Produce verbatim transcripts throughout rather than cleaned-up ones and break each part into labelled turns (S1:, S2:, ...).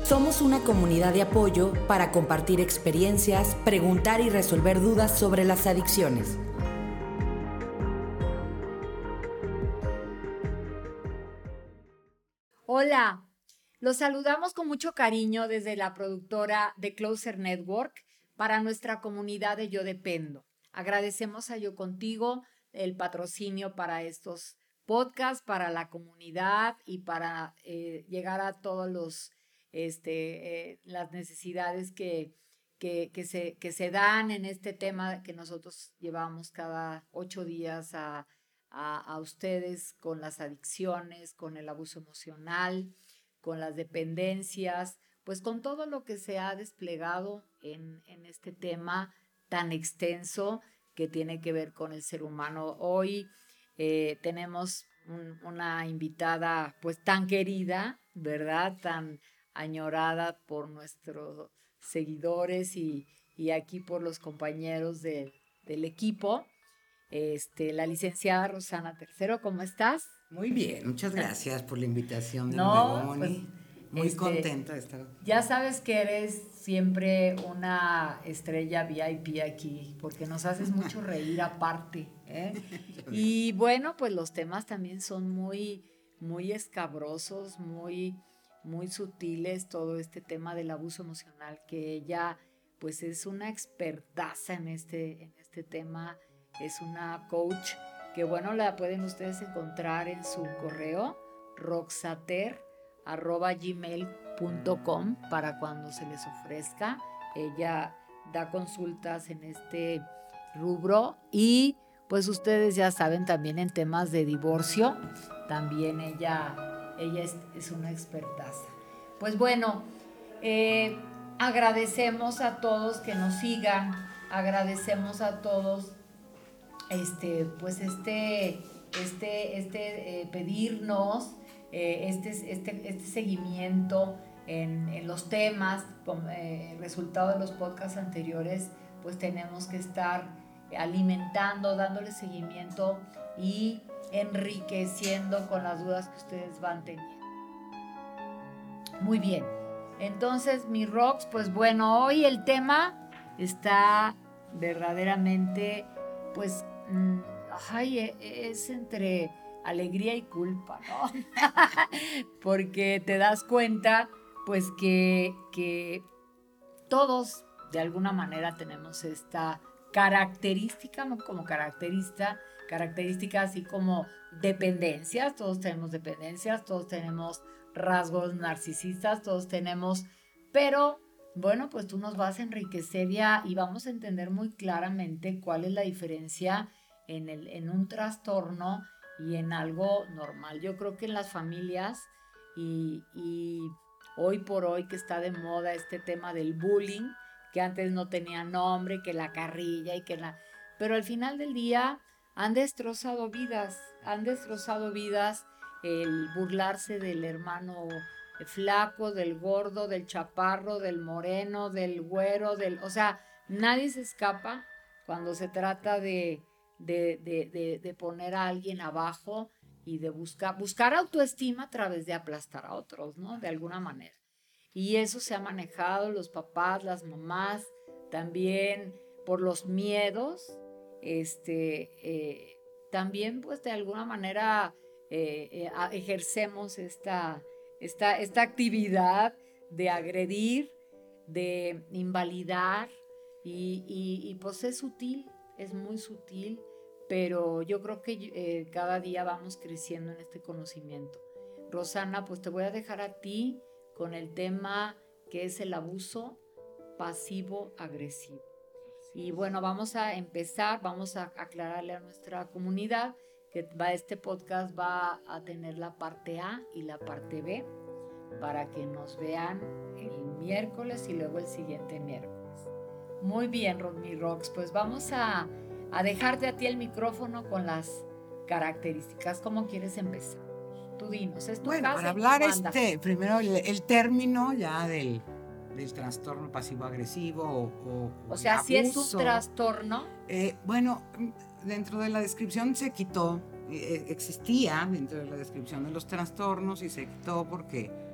S1: Somos una comunidad de apoyo para compartir experiencias, preguntar y resolver dudas sobre las adicciones.
S2: Hola, los saludamos con mucho cariño desde la productora de Closer Network para nuestra comunidad de Yo Dependo. Agradecemos a Yo Contigo el patrocinio para estos podcasts, para la comunidad y para eh, llegar a todos los este, eh, las necesidades que, que, que, se, que se dan en este tema que nosotros llevamos cada ocho días a, a, a ustedes con las adicciones, con el abuso emocional, con las dependencias, pues con todo lo que se ha desplegado en, en este tema tan extenso que tiene que ver con el ser humano. Hoy eh, tenemos un, una invitada pues tan querida, ¿verdad? Tan añorada por nuestros seguidores y, y aquí por los compañeros de, del equipo, este, la licenciada Rosana Tercero. ¿Cómo estás?
S3: Muy bien, muchas gracias por la invitación de
S2: no,
S3: nuevo, Moni.
S2: Pues,
S3: Muy
S2: este,
S3: contenta de estar.
S2: Ya sabes que eres siempre una estrella V I P aquí, porque nos haces mucho reír aparte, ¿eh? Y bueno, pues los temas también son muy, muy escabrosos, muy, muy sutiles, todo este tema del abuso emocional, que ella pues es una expertaza en este, en este tema, es una coach, que bueno, la pueden ustedes encontrar en su correo, roxater arroba gmail punto com, para cuando se les ofrezca. Ella da consultas en este rubro y pues ustedes ya saben también en temas de divorcio, también ella, ella es, es una expertaza. Pues bueno, eh, agradecemos a todos que nos sigan, agradecemos a todos este, pues este, este, este eh, pedirnos Eh, este, este, este seguimiento en, en los temas, eh, resultado de los podcasts anteriores, pues tenemos que estar alimentando, dándole seguimiento y enriqueciendo con las dudas que ustedes van teniendo. Muy bien, entonces mi Rox, pues bueno, hoy el tema está verdaderamente, pues, mmm, ay, es entre alegría y culpa, ¿no? Porque te das cuenta, pues, que, que todos, de alguna manera, tenemos esta característica, ¿no? Como característica, característica así como dependencias, todos tenemos dependencias, todos tenemos rasgos narcisistas, todos tenemos, pero, bueno, pues tú nos vas a enriquecer ya y vamos a entender muy claramente cuál es la diferencia en, el, en un trastorno y en algo normal. Yo creo que en las familias y, y hoy por hoy que está de moda este tema del bullying, que antes no tenía nombre, que la carrilla y que la... Pero al final del día han destrozado vidas, han destrozado vidas el burlarse del hermano flaco, del gordo, del chaparro, del moreno, del güero, del... O sea, nadie se escapa cuando se trata de... De, de, de, de poner a alguien abajo y de buscar, buscar autoestima a través de aplastar a otros, ¿no? De alguna manera. Y eso se ha manejado los papás, las mamás, también por los miedos, este, eh, también pues de alguna manera eh, eh, ejercemos esta, esta, esta actividad de agredir, de invalidar y, y, y pues es sutil, es muy sutil, pero yo creo que eh, cada día vamos creciendo en este conocimiento. Rosana, pues te voy a dejar a ti con el tema que es el abuso pasivo-agresivo. Y bueno, vamos a empezar, vamos a aclararle a nuestra comunidad que va, este podcast va a tener la parte A y la parte B para que nos vean el miércoles y luego el siguiente miércoles. Muy bien, mi Rox, pues vamos a, a dejarte a ti el micrófono con las características. ¿Cómo quieres empezar? Tú dinos, es tu
S3: bueno,
S2: casa.
S3: Para hablar este, primero el, el término ya del, del trastorno pasivo-agresivo o, o,
S2: o sea, si
S3: abuso,
S2: es un trastorno.
S3: Eh, bueno, dentro de la descripción se quitó, eh, existía dentro de la descripción de los trastornos y se quitó porque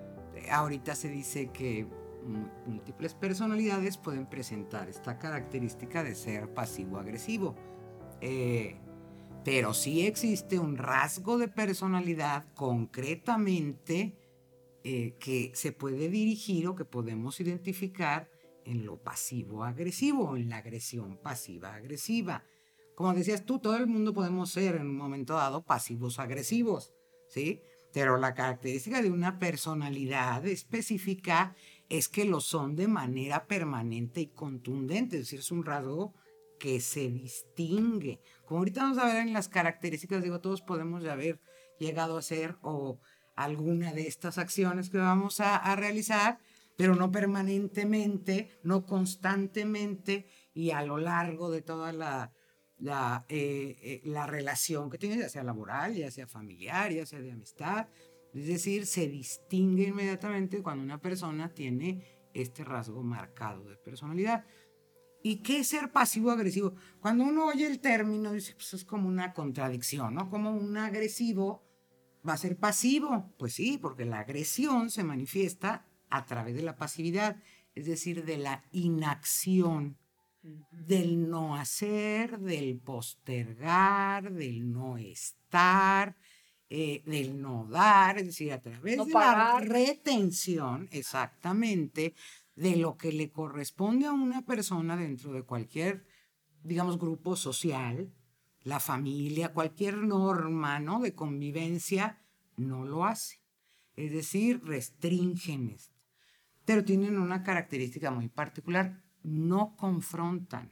S3: ahorita se dice que múltiples personalidades pueden presentar esta característica de ser pasivo-agresivo. Eh, pero sí existe un rasgo de personalidad concretamente eh, que se puede dirigir o que podemos identificar en lo pasivo-agresivo, en la agresión pasiva-agresiva. Como decías tú, todo el mundo podemos ser en un momento dado pasivos-agresivos, ¿sí? Pero la característica de una personalidad específica es que lo son de manera permanente y contundente, es decir, es un rasgo que se distingue. Como ahorita vamos a ver en las características, digo, todos podemos haber llegado a hacer o alguna de estas acciones que vamos a, a realizar, pero no permanentemente, no constantemente y a lo largo de toda la, la, eh, eh, la relación que tiene, ya sea laboral, ya sea familiar, ya sea de amistad. Es decir, se distingue inmediatamente cuando una persona tiene este rasgo marcado de personalidad. ¿Y qué es ser pasivo-agresivo? Cuando uno oye el término, dice, pues es como una contradicción, ¿no? Como un agresivo va a ser pasivo. Pues sí, porque la agresión se manifiesta a través de la pasividad, es decir, de la inacción, del no hacer, del postergar, del no estar, eh, del no dar, es decir, a través
S2: no
S3: de
S2: pagar.
S3: la retención, exactamente, de lo que le corresponde a una persona dentro de cualquier, digamos, grupo social, la familia, cualquier norma, ¿no?, de convivencia, no lo hace. Es decir, restringen esto. Pero tienen una característica muy particular, no confrontan.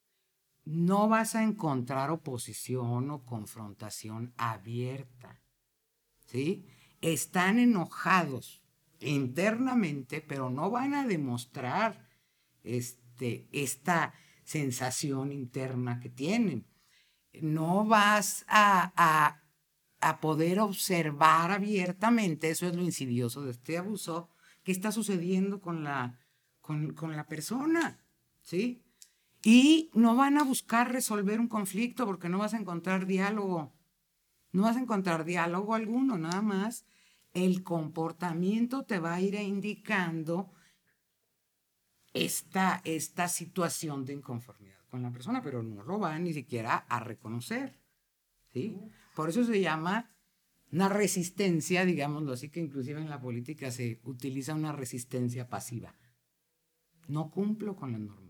S3: No vas a encontrar oposición o confrontación abierta, ¿sí? Están enojados internamente, pero no van a demostrar este, esta sensación interna que tienen. No vas a, a, a poder observar abiertamente, eso es lo insidioso de este abuso, qué está sucediendo con la, con, con la persona, ¿sí? Y no van a buscar resolver un conflicto porque no vas a encontrar diálogo. No vas a encontrar diálogo alguno, nada más el comportamiento te va a ir indicando esta, esta situación de inconformidad con la persona, pero no lo va ni siquiera a reconocer, ¿sí? Por eso se llama una resistencia, digámoslo así, que inclusive en la política se utiliza una resistencia pasiva. No cumplo con las normas.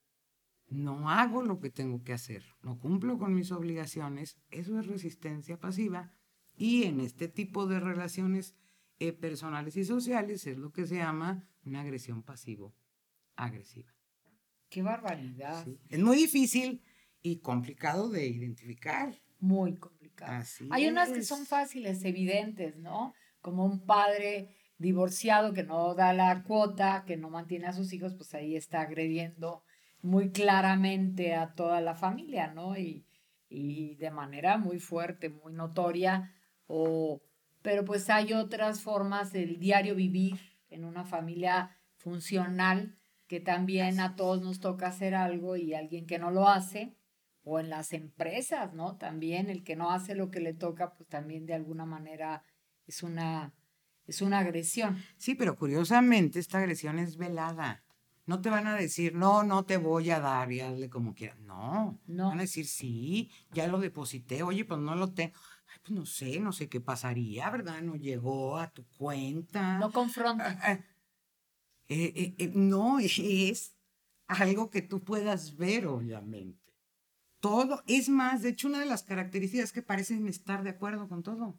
S3: No hago lo que tengo que hacer, no cumplo con mis obligaciones, eso es resistencia pasiva y en este tipo de relaciones eh, personales y sociales es lo que se llama una agresión pasivo-agresiva.
S2: ¡Qué barbaridad!
S3: Sí. Es muy difícil y complicado de identificar.
S2: Muy complicado.
S3: Así
S2: Hay
S3: es.
S2: unas que son fáciles, evidentes, ¿no? Como un padre divorciado que no da la cuota, que no mantiene a sus hijos, pues ahí está agrediendo muy claramente a toda la familia, ¿no? Y, y de manera muy fuerte, muy notoria. O, pero pues hay otras formas del diario vivir en una familia funcional que también a todos nos toca hacer algo y alguien que no lo hace, o en las empresas, ¿no? También el que no hace lo que le toca, pues también de alguna manera es una, es una agresión.
S3: Sí, pero curiosamente esta agresión es velada. No te van a decir, no, no te voy a dar y hazle como quieras. No,
S2: no.
S3: Van a decir, sí, ya lo deposité. Oye, pues no lo tengo. Ay, pues no sé, no sé qué pasaría, ¿verdad? No llegó a tu cuenta.
S2: No confronta.
S3: Ah, ah, eh, eh, eh, no, es algo que tú puedas ver, obviamente. Todo, es más, de hecho, una de las características es que parecen estar de acuerdo con todo.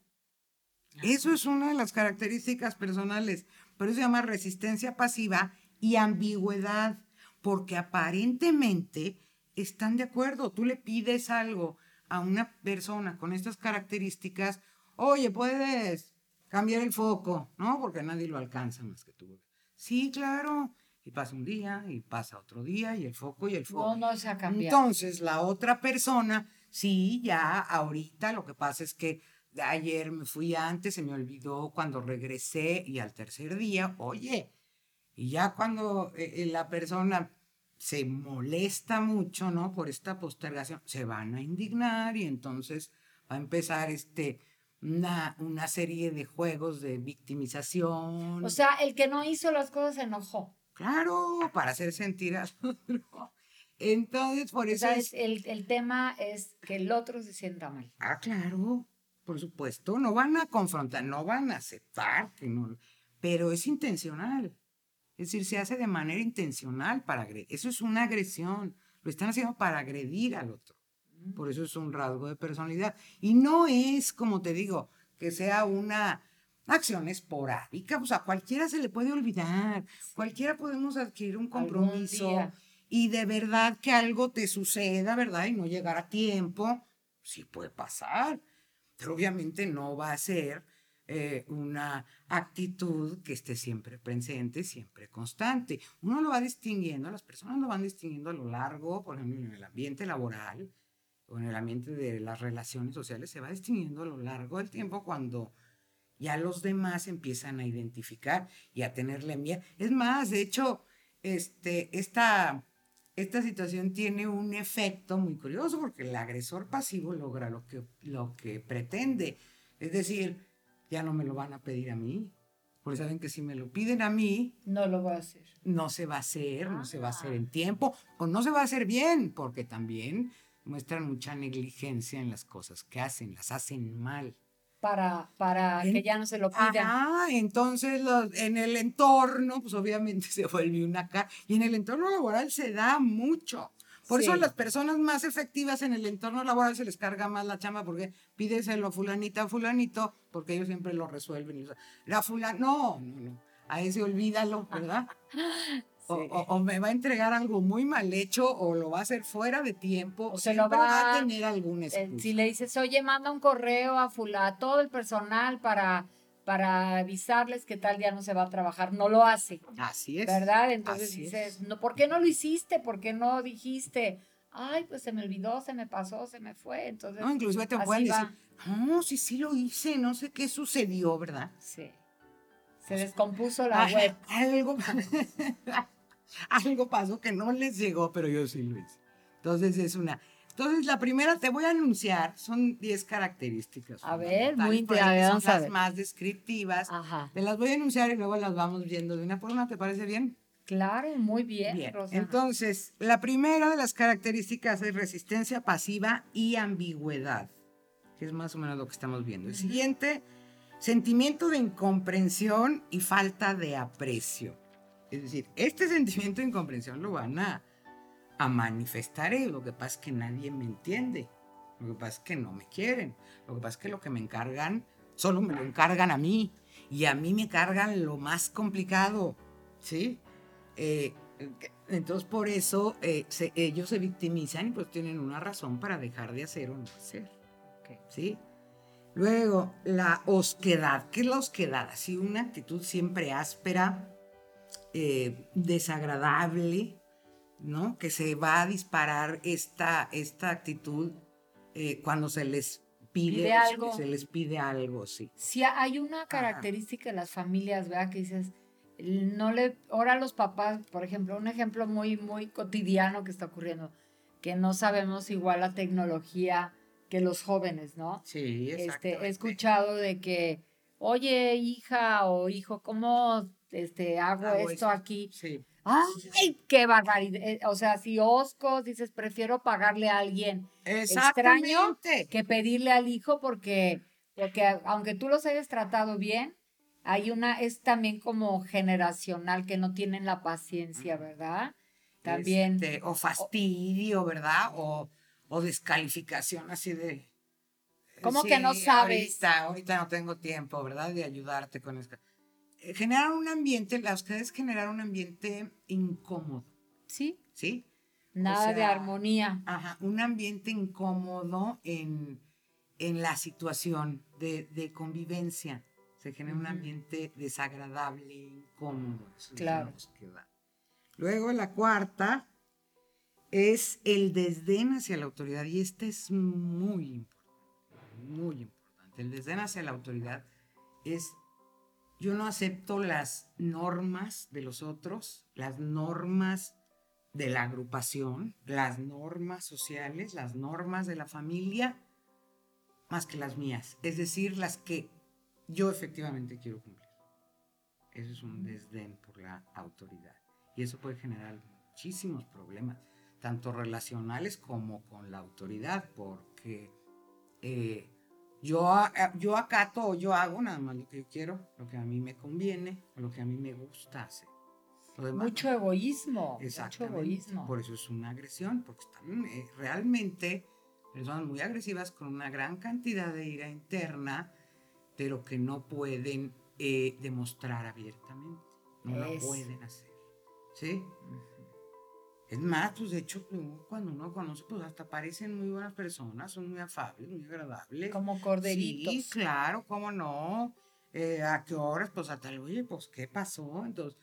S3: Eso es una de las características personales. Por eso se llama resistencia pasiva y ambigüedad, porque aparentemente están de acuerdo. Tú le pides algo a una persona con estas características, oye, puedes cambiar el foco, ¿no? Porque nadie lo alcanza más que tú. Sí, claro. Y pasa un día, y pasa otro día, y el foco, y el foco.
S2: No, no se ha cambiado.
S3: Entonces, la otra persona, sí, ya ahorita lo que pasa es que ayer me fui antes, se me olvidó cuando regresé, y al tercer día, oye, y ya cuando eh, la persona se molesta mucho, ¿no? Por esta postergación, se van a indignar y entonces va a empezar este, una, una serie de juegos de victimización.
S2: O sea, el que no hizo las cosas se enojó.
S3: Claro, para hacer sentir al otro. Entonces, por
S2: O
S3: eso
S2: sea,
S3: es...
S2: el, el tema es que el otro se sienta mal.
S3: Ah, claro, por supuesto, no van a confrontar, no van a aceptar, que no, pero es intencional. Es decir, se hace de manera intencional para agredir. Eso es una agresión. Lo están haciendo para agredir al otro. Por eso es un rasgo de personalidad. Y no es, como te digo, que sea una acción esporádica. O sea, a cualquiera se le puede olvidar. Sí. Cualquiera podemos adquirir un compromiso. Y de verdad que algo te suceda, ¿verdad? Y no llegar a tiempo. Sí puede pasar. Pero obviamente no va a ser eh, una actitud que esté siempre presente, siempre constante. Uno lo va distinguiendo, las personas lo van distinguiendo a lo largo, por ejemplo, en el ambiente laboral o en el ambiente de las relaciones sociales, se va distinguiendo a lo largo del tiempo cuando ya los demás empiezan a identificar y a tenerle miedo. Es más, de hecho, este, esta, esta situación tiene un efecto muy curioso porque el agresor pasivo logra lo que, lo que pretende. Es decir, ya no me lo van a pedir a mí, porque saben que si me lo piden a mí,
S2: no lo voy a hacer.
S3: No se va a hacer, ah. no se va a hacer en tiempo, o no se va a hacer bien, porque también muestran mucha negligencia en las cosas que hacen, las hacen mal.
S2: Para, para en, que ya no se lo pidan.
S3: Ah, entonces los, en el entorno, pues obviamente se vuelve una cara, y en el entorno laboral se da mucho. Por sí. eso a las personas más efectivas en el entorno laboral se les carga más la chamba, porque pídeselo a fulanita, a fulanito, porque ellos siempre lo resuelven. La fulana, no, no, no, a ese olvídalo, ¿verdad? Sí. O, o, o me va a entregar algo muy mal hecho, o lo va a hacer fuera de tiempo,
S2: o se lo va,
S3: va a tener alguna excusa.
S2: Eh, si le dices, oye, manda un correo a, fula, a todo el personal para, para avisarles que tal día no se va a trabajar, no lo hace.
S3: Así es.
S2: ¿Verdad? Entonces
S3: Así
S2: dices,
S3: es.
S2: no, ¿por qué no lo hiciste? ¿Por qué no dijiste? Ay, pues se me olvidó, se me pasó, se me fue. Entonces,
S3: no, inclusive te pueden decir, no, sí, sí lo hice, no sé qué sucedió, ¿verdad?
S2: Sí. Se descompuso la ah, web.
S3: Algo, algo pasó que no les llegó, pero yo sí lo hice. Entonces es una... Entonces la primera te voy a anunciar, son diez características.
S2: A ver, muy interesante.
S3: Son las más descriptivas. Ajá. Te las voy a anunciar y luego las vamos viendo de una por una, ¿te parece bien?
S2: Claro, muy bien,
S3: bien.
S2: Rosana.
S3: Entonces, la primera de las características es resistencia pasiva y ambigüedad, que es más o menos lo que estamos viendo. El uh-huh. siguiente... Sentimiento de incomprensión y falta de aprecio. Es decir, este sentimiento de incomprensión lo van a, a manifestar. ¿eh? Lo que pasa es que nadie me entiende. Lo que pasa es que no me quieren. Lo que pasa es que lo que me encargan, solo me lo encargan a mí. Y a mí me cargan lo más complicado. ¿Sí? Eh, entonces, por eso eh, se, ellos se victimizan y pues tienen una razón para dejar de hacer o no hacer. Okay. ¿Sí? Luego, la osquedad. ¿Qué es la osquedad? Así una actitud siempre áspera, eh, desagradable, ¿no? Que se va a disparar esta, esta actitud eh, cuando se les pide,
S2: pide algo.
S3: Se les pide algo, sí.
S2: Sí, hay una característica de las familias, ¿verdad? Que dices, no le, ahora los papás, por ejemplo, un ejemplo muy, muy cotidiano que está ocurriendo, que no sabemos igual la tecnología que los jóvenes, ¿no?
S3: Sí, exactamente.
S2: Este, he escuchado de que, oye, hija o hijo, ¿cómo este, hago, hago esto, esto aquí?
S3: Sí.
S2: ¡Ay, qué barbaridad! O sea, si oscos, dices, prefiero pagarle a alguien extraño que pedirle al hijo porque, porque aunque tú los hayas tratado bien, hay una, es también como generacional que no tienen la paciencia, ¿verdad? También.
S3: Este, o fastidio, ¿verdad? O... O descalificación así de...
S2: ¿Cómo sí, que no sabes?
S3: Ahorita, ahorita no tengo tiempo, ¿verdad? De ayudarte con esto. Eh, generar un ambiente, las ustedes generar un ambiente incómodo.
S2: Sí.
S3: ¿Sí?
S2: Nada o sea, de armonía.
S3: Ajá, un ambiente incómodo en, en la situación de, de convivencia. Se genera uh-huh. un ambiente desagradable, incómodo. Eso
S2: claro.
S3: Luego la cuarta... es el desdén hacia la autoridad, y este es muy importante, muy importante. El desdén hacia la autoridad es, yo no acepto las normas de los otros, las normas de la agrupación, las normas sociales, las normas de la familia, más que las mías, es decir, las que yo efectivamente quiero cumplir. Eso es un desdén por la autoridad. Y eso puede generar muchísimos problemas, tanto relacionales como con la autoridad, porque eh, yo, yo acato o yo hago nada más lo que yo quiero, lo que a mí me conviene, o lo que a mí me gusta hacer.
S2: Mucho egoísmo.
S3: Exactamente.
S2: Mucho egoísmo.
S3: Por eso es una agresión, porque están eh, realmente personas muy agresivas con una gran cantidad de ira interna, pero que no pueden eh, demostrar abiertamente. No es. Lo pueden hacer. ¿Sí? Uh-huh. Es más, pues de hecho, cuando uno conoce, pues hasta parecen muy buenas personas, son muy afables, muy agradables.
S2: Como corderitos.
S3: Sí, claro, cómo no. Eh, ¿A qué horas? Pues hasta el, oye, pues, ¿qué pasó? Entonces,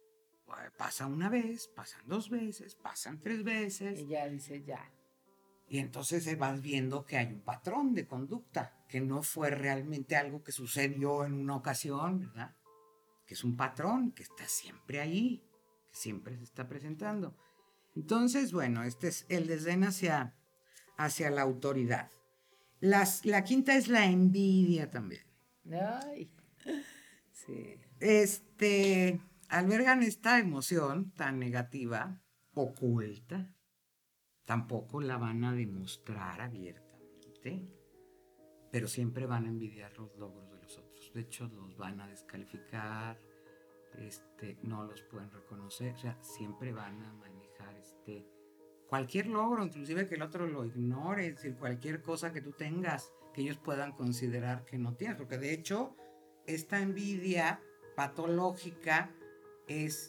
S3: pasa una vez, pasan dos veces, pasan tres veces.
S2: Y ya dice ya.
S3: Y entonces vas viendo que hay un patrón de conducta, que no fue realmente algo que sucedió en una ocasión, ¿verdad? Que es un patrón que está siempre ahí, que siempre se está presentando. Entonces, bueno, este es el desdén hacia, hacia la autoridad. Las, la quinta es la envidia también.
S2: Ay, sí.
S3: Este, albergan esta emoción tan negativa, oculta, tampoco la van a demostrar abiertamente, pero siempre van a envidiar los logros de los otros. De hecho, los van a descalificar, este, no los pueden reconocer, o sea, siempre van a manejar este, cualquier logro, inclusive que el otro lo ignore, es decir, cualquier cosa que tú tengas, que ellos puedan considerar que no tienes, porque de hecho, esta envidia patológica es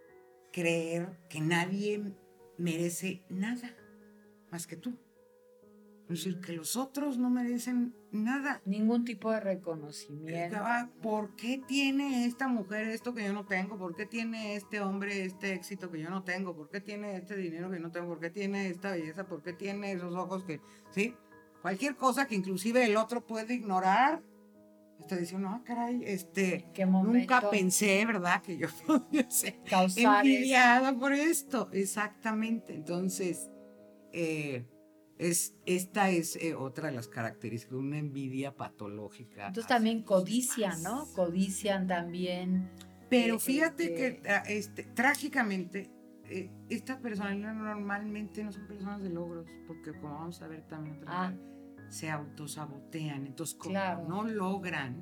S3: creer que nadie merece nada más que tú. Es decir, que los otros no merecen nada.
S2: Ningún tipo de reconocimiento.
S3: ¿Por qué tiene esta mujer esto que yo no tengo? ¿Por qué tiene este hombre este éxito que yo no tengo? ¿Por qué tiene este dinero que yo no tengo? ¿Por qué tiene esta belleza? ¿Por qué tiene esos ojos que... ¿Sí? Cualquier cosa que inclusive el otro puede ignorar. Hasta dice, no, caray, este... nunca pensé, ¿verdad? Que yo podía ser envidiada por esto. Exactamente. Entonces... Eh, Es, esta es eh, otra de las características, una envidia patológica.
S2: Entonces también codician, ¿no? Codician también.
S3: Pero fíjate este... que este, trágicamente, eh, estas personas normalmente no son personas de logros, porque como vamos a ver también otra ah. vez, se autosabotean. Entonces, como claro. no logran,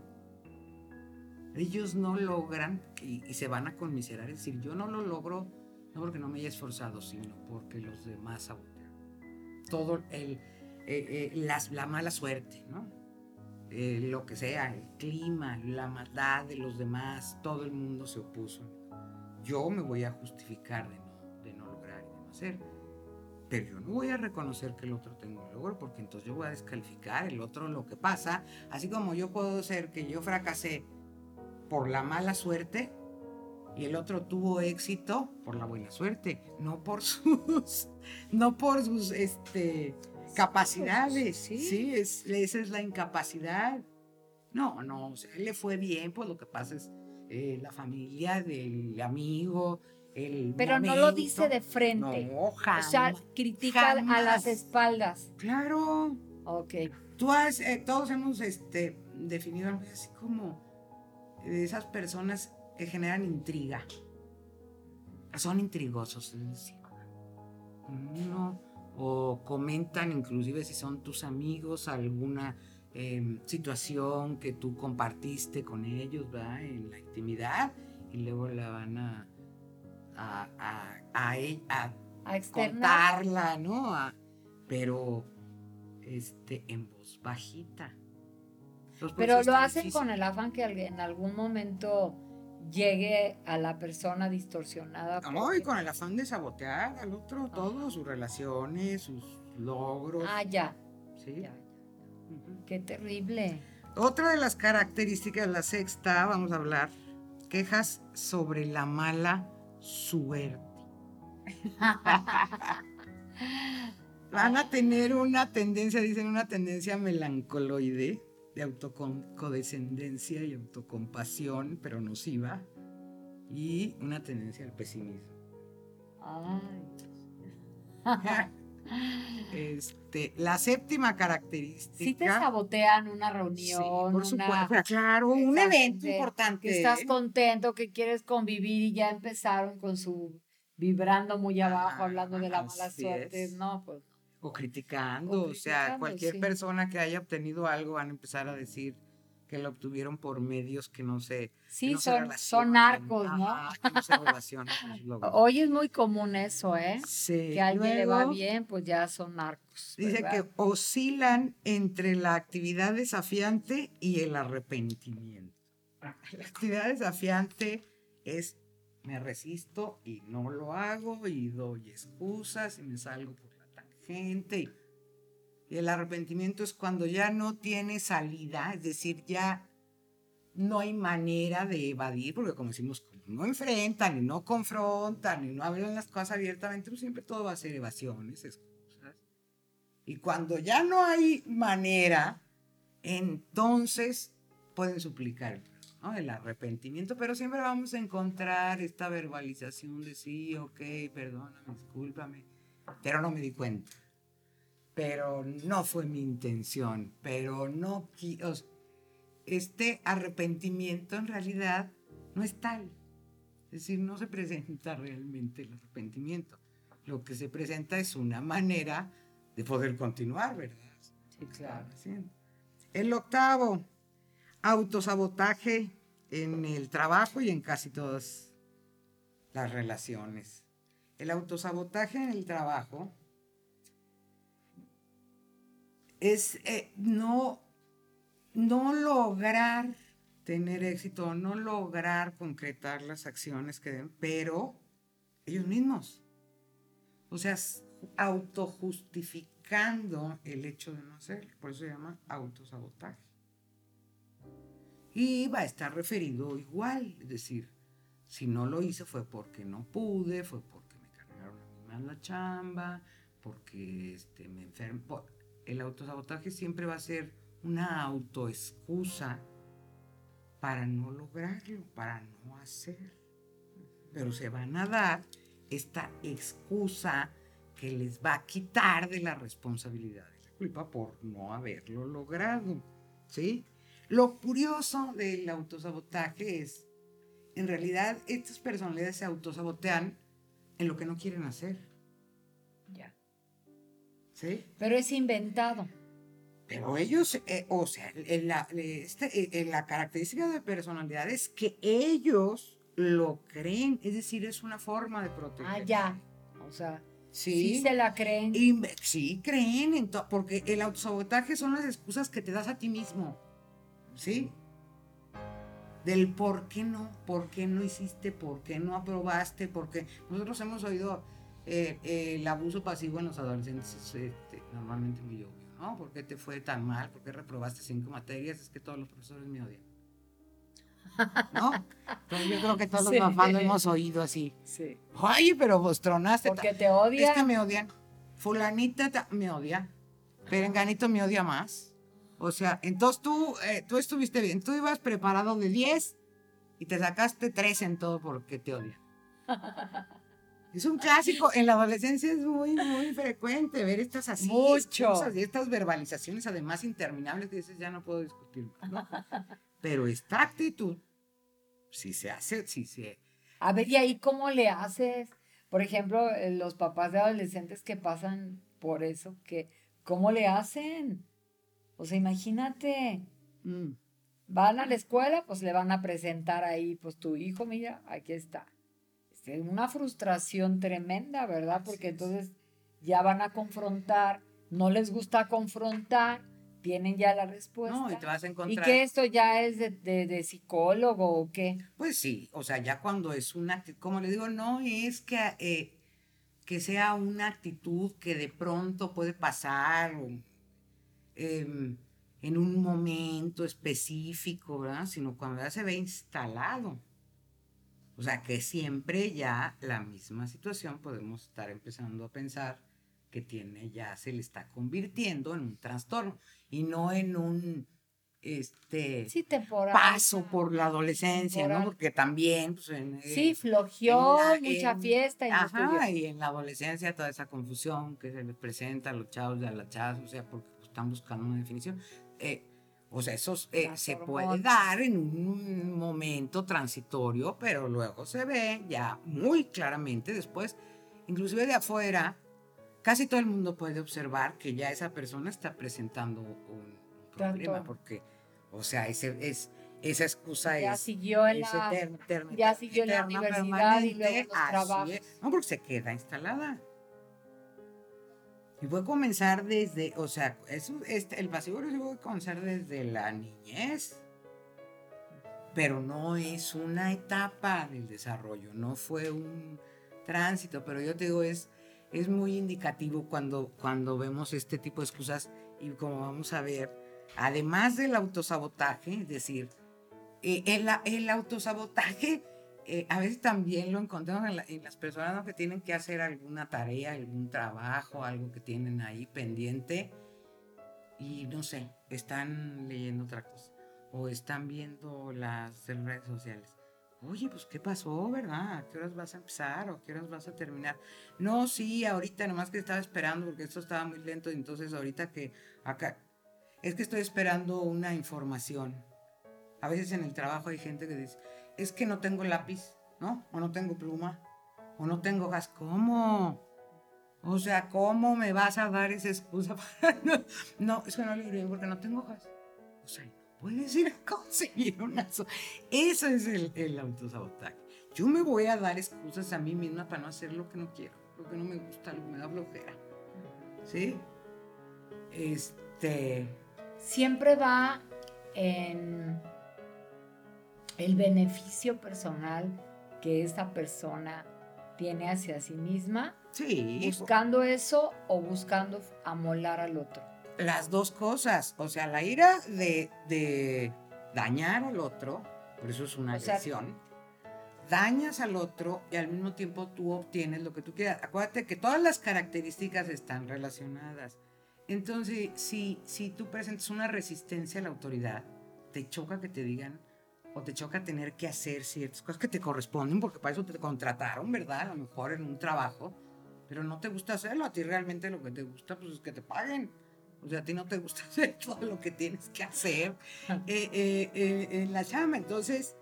S3: ellos no logran y, y se van a conmiserar. Es decir, yo no lo logro, no porque no me haya esforzado, sino porque los demás sabotean. Todo el, eh, eh, las, la mala suerte, ¿no? Eh, lo que sea, el clima, la maldad de los demás, todo el mundo se opuso. Yo me voy a justificar de no, de no lograr y de no hacer, pero yo no voy a reconocer que el otro tenga un logro, porque entonces yo voy a descalificar el otro lo que pasa, así como yo puedo ser que yo fracasé por la mala suerte y el otro tuvo éxito por la buena suerte, no por sus, no por sus este, capacidades, sí, sí es, esa es la incapacidad. No, no, o sea, él le fue bien, pues lo que pasa es eh, la familia del amigo, el
S2: Pero
S3: momento.
S2: No lo dice de frente.
S3: No, jamás.
S2: O sea, critica
S3: jamás.
S2: A las espaldas.
S3: Claro.
S2: Ok.
S3: Tú has, eh, todos hemos este, definido algo así como de esas personas que generan intriga. Son intrigosos, es decir, no, o comentan inclusive si son tus amigos alguna eh, situación que tú compartiste con ellos, ¿verdad? En la intimidad, y luego la van a a, a, a, a,
S2: a
S3: contarla, ¿no? A, pero este, en voz bajita.
S2: Pero lo hacen difícil. Con el afán que en algún momento llegue a la persona distorsionada.
S3: No, porque... y con el afán de sabotear al otro, ah. todo, sus relaciones, sus logros.
S2: Ah, ya.
S3: Sí.
S2: Ya, ya. Uh-huh. Qué terrible.
S3: Otra de las características, la sexta, vamos a hablar, quejas sobre la mala suerte. Van a tener una tendencia, dicen, una tendencia melancoloide, de autocondescendencia y autocompasión, pero nociva, y una tendencia al pesimismo.
S2: Ay.
S3: Este, la séptima característica.
S2: Si te sabotean una reunión,
S3: sí, por supuesto,
S2: una,
S3: claro, un evento importante.
S2: Que estás contento, que quieres convivir y ya empezaron con su vibrando muy abajo, ah, hablando de la mala suerte. Es. No, pues no.
S3: O criticando, o, criticando, o sea, cualquier sí. persona que haya obtenido algo van a empezar a decir que lo obtuvieron por medios que no sé.
S2: Sí,
S3: no
S2: son, son narcos, ¿no?
S3: Ajá, que no se relacionan.
S2: Hoy es muy común eso, ¿eh?
S3: Sí.
S2: Que a alguien Luego, le va bien, pues ya son narcos.
S3: Dice
S2: ¿verdad?
S3: que oscilan entre la actividad desafiante y el arrepentimiento. La actividad desafiante es me resisto y no lo hago y doy excusas y me salgo por la tangente. Y, y el arrepentimiento es cuando ya no tiene salida, es decir, ya no hay manera de evadir, porque como decimos, como no enfrentan y no confrontan y no hablan las cosas abiertamente, pues siempre todo va a ser evasiones, excusas. Y cuando ya no hay manera, entonces pueden suplicar el ¿no? el arrepentimiento, pero siempre vamos a encontrar esta verbalización de sí, ok, perdóname, discúlpame, pero no me di cuenta, pero no fue mi intención, pero no, o sea, este arrepentimiento en realidad no es tal, es decir, no se presenta realmente el arrepentimiento, lo que se presenta es una manera de poder continuar, ¿verdad?
S2: Sí, claro.
S3: El octavo, autosabotaje en el trabajo y en casi todas las relaciones. El autosabotaje en el trabajo es eh, no, no lograr tener éxito, no lograr concretar las acciones que deben, pero ellos mismos. O sea, autojustificando el hecho de no hacerlo. Por eso se llama autosabotaje. Y va a estar referido igual, es decir, si no lo hice fue porque no pude, fue porque me cargaron a mí más la chamba, porque este, me enfermo. El autosabotaje siempre va a ser una autoexcusa para no lograrlo, para no hacer. Pero se van a dar esta excusa que les va a quitar de la responsabilidad de la culpa por no haberlo logrado, ¿sí? Lo curioso del autosabotaje es, en realidad, estas personalidades se autosabotean en lo que no quieren hacer.
S2: Ya.
S3: ¿Sí?
S2: Pero es inventado.
S3: Pero ellos, eh, o sea, en la, este, en la característica de personalidad es que ellos lo creen, es decir, es una forma de proteger.
S2: Ah, ya. O sea,
S3: sí,
S2: sí se la creen.
S3: Y, sí, creen, en to- porque el autosabotaje son las excusas que te das a ti mismo. ¿Sí? Del por qué no, por qué no hiciste, por qué no aprobaste, porque nosotros hemos oído eh, eh, el abuso pasivo en los adolescentes, este, normalmente muy obvio, ¿no? ¿Por qué te fue tan mal? ¿Por qué reprobaste cinco materias? Es que todos los profesores me odian, ¿no? Entonces yo creo que todos sí. los papás lo hemos oído así.
S2: Sí.
S3: Oye, pero vos tronaste.
S2: Porque te odian.
S3: Es que me odian. Fulanita me odia, Perenganito me odia más. O sea, entonces tú, eh, tú estuviste bien, tú ibas preparado de diez y te sacaste tres en todo porque te odian. Es un clásico, en la adolescencia es muy, muy frecuente ver estas así,
S2: Mucho.
S3: Excusas y estas verbalizaciones además interminables que dices, ya no puedo discutir, ¿no? Pero esta actitud, si se hace, si se...
S2: A ver, ¿y ahí cómo le haces? Por ejemplo, los papás de adolescentes que pasan por eso, que ¿cómo le hacen? O sea, imagínate, mm, van a la escuela, pues le van a presentar ahí, pues tu hijo, mira, aquí está. Es una frustración tremenda, ¿verdad? Porque entonces ya van a confrontar, no les gusta confrontar, tienen ya la respuesta.
S3: No, y te vas a encontrar...
S2: ¿Y que esto ya es de, de, de psicólogo o qué?
S3: Pues sí, o sea, ya cuando es una, como le digo, no es que, eh, que sea una actitud que de pronto puede pasar o... Eh, en un momento específico, ¿verdad? Sino cuando ya se ve instalado. O sea, que siempre ya la misma situación podemos estar empezando a pensar que tiene ya se le está convirtiendo en un trastorno y no en un este
S2: sí, temporal.
S3: paso por la adolescencia,
S2: temporal.
S3: ¿no? Porque también, pues, en,
S2: sí, flojeó,
S3: en la,
S2: mucha
S3: en,
S2: fiesta y no
S3: ajá,
S2: estudió.
S3: y en la adolescencia toda esa confusión que se les presenta a los chavos y a las chavas, o sea, porque pues, están buscando una definición. Eh, o sea, eso eh, se puede dar en un momento transitorio, pero luego se ve ya muy claramente después, inclusive de afuera, casi todo el mundo puede observar que ya esa persona está presentando un problema,
S2: Tanto.
S3: porque, o sea, ese, es, esa excusa
S2: ya
S3: es,
S2: siguió en
S3: es
S2: la,
S3: eterna, eterna,
S2: ya
S3: eterna,
S2: siguió en la
S3: eterna,
S2: universidad y luego en los
S3: así
S2: trabajos.
S3: es. No, porque se queda instalada. Y puede comenzar desde, o sea, eso, este, el pasivo agresivo puede comenzar desde la niñez, pero no es una etapa del desarrollo, no fue un tránsito, pero yo te digo, es, es muy indicativo cuando, cuando vemos este tipo de excusas y como vamos a ver, además del autosabotaje, es decir, eh, el, el autosabotaje eh, a veces también lo encontramos en, la, en las personas, ¿no? Que tienen que hacer alguna tarea, algún trabajo, algo que tienen ahí pendiente y no sé, están leyendo otra cosa o están viendo las redes sociales. Oye, pues ¿qué pasó, verdad? ¿A qué horas vas a empezar o a qué horas vas a terminar? No, sí, ahorita nomás que estaba esperando porque esto estaba muy lento y entonces ahorita que acá es que estoy esperando una información. A veces en el trabajo hay gente que dice, es que no tengo lápiz, ¿no? O no tengo pluma, o no tengo gas. ¿Cómo? O sea, ¿cómo me vas a dar esa excusa para no? No, es que no le diré porque no tengo gas. O sea, puedes ir a conseguir una... So Eso es el, el autosabotaje. Yo me voy a dar excusas a mí misma para no hacer lo que no quiero, lo que no me gusta, lo que me da flojera. ¿Sí? Este...
S2: Siempre va en el beneficio personal que esta persona tiene hacia sí misma,
S3: sí,
S2: buscando eso o buscando amolar al otro.
S3: Las dos cosas, o sea, la ira de, de dañar al otro, por eso es una agresión, o sea, dañas al otro y al mismo tiempo tú obtienes lo que tú quieras. Acuérdate que todas las características están relacionadas. Entonces, si, si tú presentas una resistencia a la autoridad, te choca que te digan o te choca tener que hacer ciertas cosas que te corresponden, porque para eso te contrataron, ¿verdad? A lo mejor en un trabajo, pero no te gusta hacerlo. A ti realmente lo que te gusta pues, es que te paguen. O sea, a ti no te gusta hacer todo lo que tienes que hacer eh, eh, eh, en la chamba. Entonces,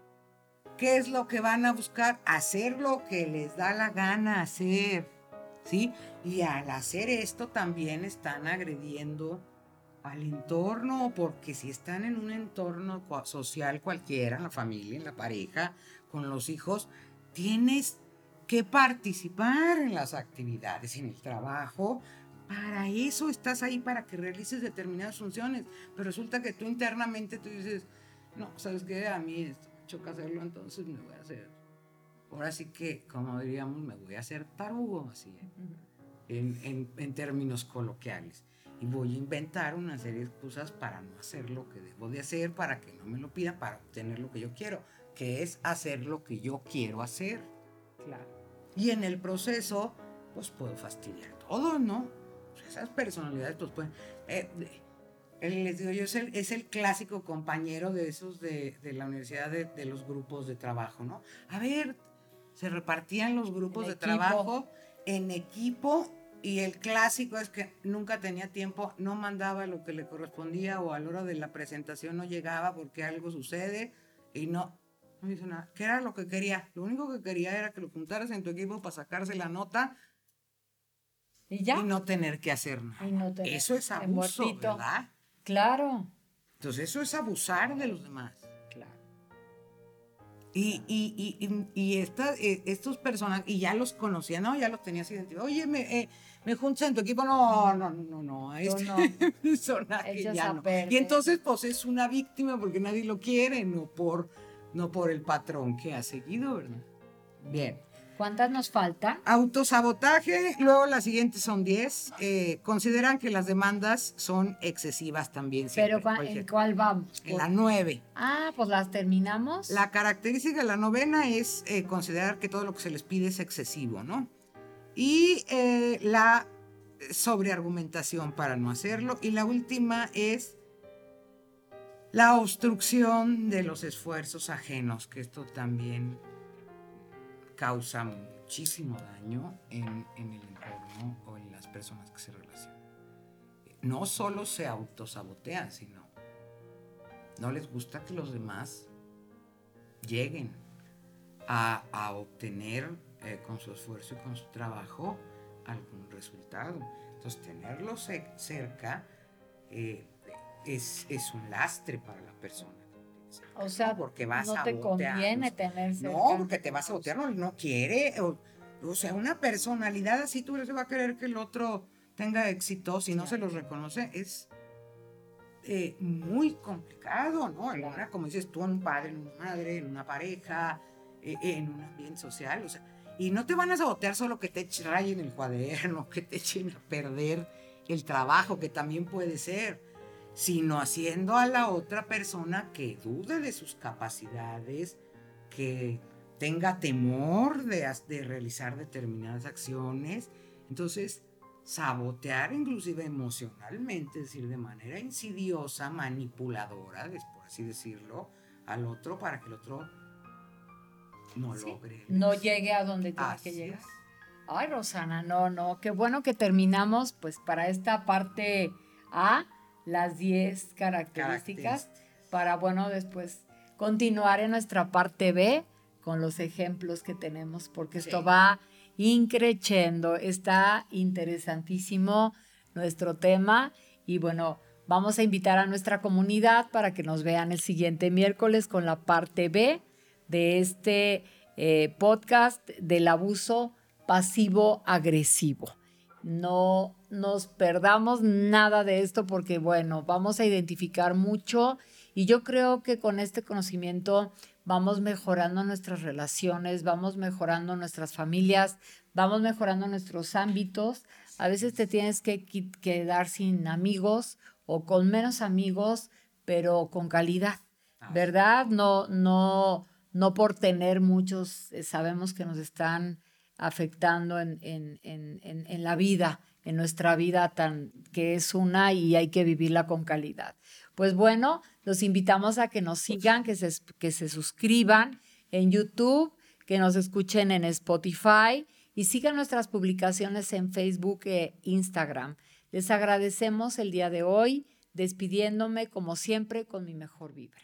S3: ¿qué es lo que van a buscar? Hacer lo que les da la gana hacer, ¿sí? Y al hacer esto también están agrediendo al entorno, porque si están en un entorno social cualquiera, en la familia, en la pareja, con los hijos, tienes que participar en las actividades, en el trabajo. Para eso estás ahí, para que realices determinadas funciones. Pero resulta que tú internamente tú dices, no, ¿sabes qué? A mí esto me choca hacerlo, entonces me voy a hacer. Ahora sí que, como diríamos, me voy a hacer tarugo, así, en, en, en términos coloquiales. Y voy a inventar una serie de excusas para no hacer lo que debo de hacer, para que no me lo pidan, para obtener lo que yo quiero, que es hacer lo que yo quiero hacer.
S2: Claro.
S3: Y en el proceso, pues puedo fastidiar todo, ¿no? Esas personalidades, pues pueden... Eh, les digo yo, es el, es el clásico compañero de esos de, de la universidad, de, de los grupos de trabajo, ¿no? A ver, se repartían los grupos de trabajo en equipo. Y el clásico es que nunca tenía tiempo, no mandaba lo que le correspondía o a la hora de la presentación no llegaba porque algo sucede y no, no hizo nada. ¿Qué era lo que quería? Lo único que quería era que lo juntaras en tu equipo para sacarse la nota
S2: y, ya?
S3: y no tener que hacer nada.
S2: No tener
S3: eso es abuso, ¿verdad?
S2: Claro.
S3: Entonces eso es abusar de los demás.
S2: Claro.
S3: Y, y, y, y esta, estos personajes, y ya los conocía, ¿no? Ya los tenías identificados. Oye, me, eh, me juntas en tu equipo. No, no, no, no. Este
S2: no.
S3: personaje ya no. Y entonces, pues es una víctima porque nadie lo quiere, no por, no por el patrón que ha seguido, ¿verdad? Bien.
S2: ¿Cuántas nos faltan?
S3: Autosabotaje, luego las siguientes son diez. Eh, consideran que las demandas son excesivas también.
S2: Siempre, ¿Pero en cuál vamos?
S3: En la nueve.
S2: Ah, pues las terminamos.
S3: La característica de la novena es eh, considerar que todo lo que se les pide es excesivo, ¿no? Y eh, la sobreargumentación para no hacerlo. Y la última es La obstrucción de los esfuerzos ajenos, que esto también causa muchísimo daño en, en el entorno o en las personas que se relacionan. No solo se autosabotean, sino no les gusta que los demás lleguen a, a obtener eh, con su esfuerzo y con su trabajo algún resultado. Entonces, tenerlos cerca eh, es, es un lastre para la persona.
S2: O sea,
S3: no, porque vas
S2: no
S3: a
S2: te
S3: botear,
S2: conviene tener cerca.
S3: No, porque te vas a botear, no, no quiere. O, o sea, una personalidad así, tú se va a querer que el otro tenga éxito, si no se los reconoce, es eh, muy complicado, ¿no? En una, como dices tú, en un padre, en una madre, en una pareja, eh, en un ambiente social, o sea, y no te van a sabotear solo que te rayen el cuaderno, que te echen a perder el trabajo, que también puede ser, sino haciendo a la otra persona que dude de sus capacidades, que tenga temor de, de realizar determinadas acciones. Entonces, sabotear inclusive emocionalmente, es decir, de manera insidiosa, manipuladora, por así decirlo, al otro para que el otro no sí, logre.
S2: No llegue a donde tiene
S3: así
S2: que llegar.
S3: Es.
S2: Ay, Rosana, no, no, qué bueno que terminamos pues para esta parte A, las diez características, características, para bueno, después continuar en nuestra parte B con los ejemplos que tenemos, porque sí. Esto va increciendo, está interesantísimo nuestro tema y bueno, vamos a invitar a nuestra comunidad para que nos vean el siguiente miércoles con la parte B de este eh, podcast del abuso pasivo-agresivo. No nos perdamos nada de esto porque, bueno, vamos a identificar mucho y yo creo que con este conocimiento vamos mejorando nuestras relaciones, vamos mejorando nuestras familias, vamos mejorando nuestros ámbitos. A veces te tienes que quedar sin amigos o con menos amigos, pero con calidad, ¿verdad? No, no, no por tener muchos, sabemos que nos están afectando en, en, en, en, en la vida, en nuestra vida tan, que es una y hay que vivirla con calidad. Pues bueno, los invitamos a que nos sigan, que se, que se suscriban en YouTube, que nos escuchen en Spotify y sigan nuestras publicaciones en Facebook e Instagram. Les agradecemos el día de hoy, despidiéndome como siempre con mi mejor vibra.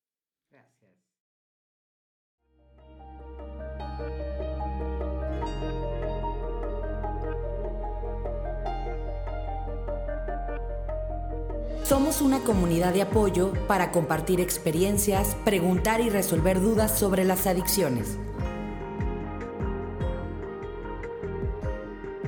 S1: Somos una comunidad de apoyo para compartir experiencias, preguntar y resolver dudas sobre las adicciones.